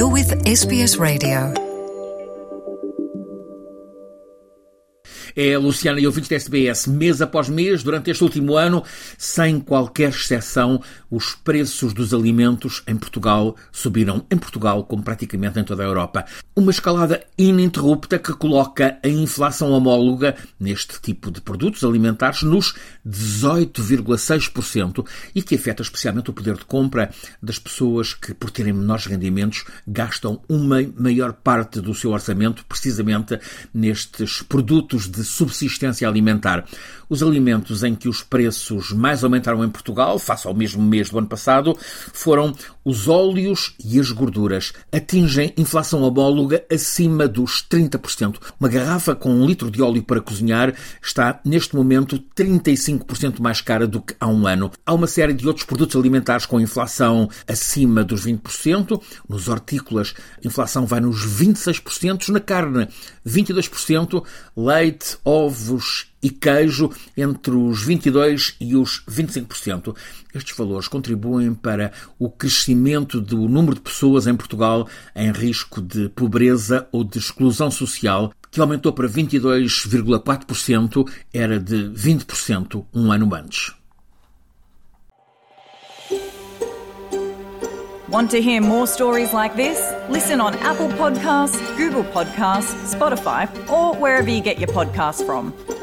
You're with SBS Radio. É a Luciana e ouvintes da SBS, mês após mês, durante este último ano, sem qualquer exceção, os preços dos alimentos em Portugal subiram. Em Portugal, como praticamente em toda a Europa. Uma escalada ininterrupta que coloca a inflação homóloga neste tipo de produtos alimentares nos 18,6% e que afeta especialmente o poder de compra das pessoas que, por terem menores rendimentos, gastam uma maior parte do seu orçamento precisamente nestes produtos de subsistência alimentar. Os alimentos em que os preços mais aumentaram em Portugal, face ao mesmo mês do ano passado, foram os óleos e as gorduras. Atingem inflação homóloga acima dos 30%. Uma garrafa com 1 litro de óleo para cozinhar está, neste momento, 35% mais cara do que há um ano. Há uma série de outros produtos alimentares com inflação acima dos 20%. Nos hortícolas, a inflação vai nos 26%. Na carne, 22%. Leite, ovos e queijo entre os 22% e os 25%. Estes valores contribuem para o crescimento do número de pessoas em Portugal em risco de pobreza ou de exclusão social, que aumentou para 22,4%, era de 20% um ano antes. Want to hear more stories like this? Listen on Apple Podcasts, Google Podcasts, Spotify, or wherever you get your podcasts from.